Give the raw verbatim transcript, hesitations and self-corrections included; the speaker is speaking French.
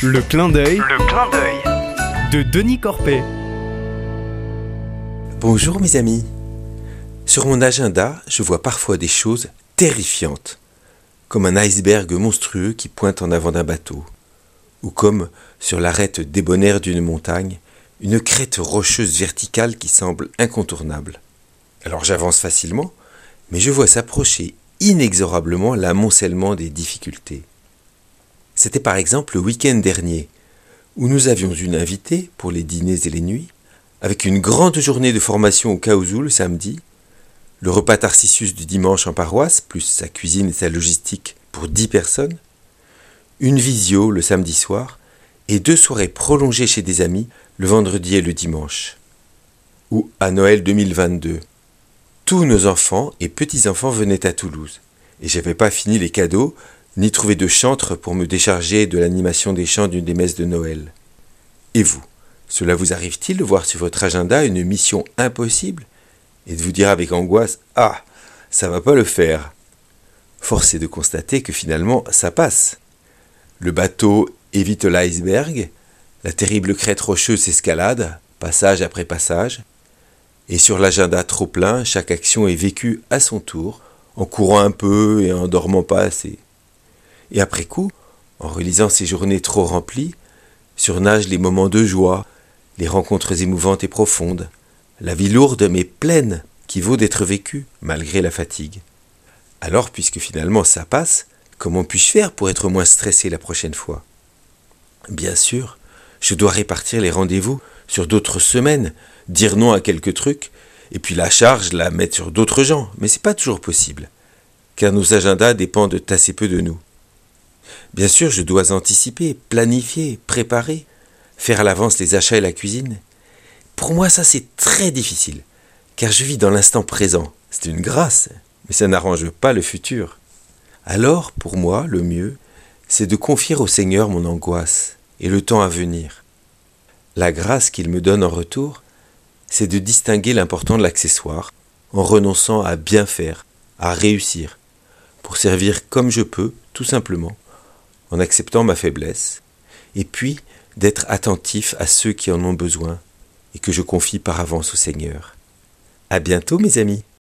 Le clin d'œil Le clin d'œil de Denis Corpet. Bonjour mes amis. Sur mon agenda, je vois parfois des choses terrifiantes, comme un iceberg monstrueux qui pointe en avant d'un bateau, ou comme, sur l'arête débonnaire d'une montagne, une crête rocheuse verticale qui semble incontournable. Alors j'avance facilement, mais je vois s'approcher inexorablement l'amoncellement des difficultés. C'était par exemple le week-end dernier, où nous avions une invitée pour les dîners et les nuits, avec une grande journée de formation au Caousou le samedi, le repas Tarcissus du dimanche en paroisse, plus sa cuisine et sa logistique pour dix personnes, une visio le samedi soir, et deux soirées prolongées chez des amis le vendredi et le dimanche. Ou à Noël deux mille vingt-deux. Tous nos enfants et petits-enfants venaient à Toulouse, et j'avais pas fini les cadeaux, ni trouvé de chantre pour me décharger de l'animation des chants d'une des messes de Noël. Et vous, cela vous arrive-t-il de voir sur votre agenda une mission impossible et de vous dire avec angoisse « Ah, ça va pas le faire !» Force est de constater que finalement, ça passe. Le bateau évite l'iceberg, la terrible crête rocheuse s'escalade, passage après passage, et sur l'agenda trop plein, chaque action est vécue à son tour, en courant un peu et en dormant pas assez. Et après coup, en relisant ces journées trop remplies, surnagent les moments de joie, les rencontres émouvantes et profondes, la vie lourde mais pleine qui vaut d'être vécue malgré la fatigue. Alors, puisque finalement ça passe, comment puis-je faire pour être moins stressé la prochaine fois ? Bien sûr, je dois répartir les rendez-vous sur d'autres semaines, dire non à quelques trucs, et puis la charge la mettre sur d'autres gens, mais c'est pas toujours possible, car nos agendas dépendent assez peu de nous. Bien sûr, je dois anticiper, planifier, préparer, faire à l'avance les achats et la cuisine. Pour moi, ça c'est très difficile, car je vis dans l'instant présent. C'est une grâce, mais ça n'arrange pas le futur. Alors, pour moi, le mieux, c'est de confier au Seigneur mon angoisse et le temps à venir. La grâce qu'il me donne en retour, c'est de distinguer l'important de l'accessoire, en renonçant à bien faire, à réussir, pour servir comme je peux, tout simplement, en acceptant ma faiblesse, et puis d'être attentif à ceux qui en ont besoin et que je confie par avance au Seigneur. À bientôt mes amis.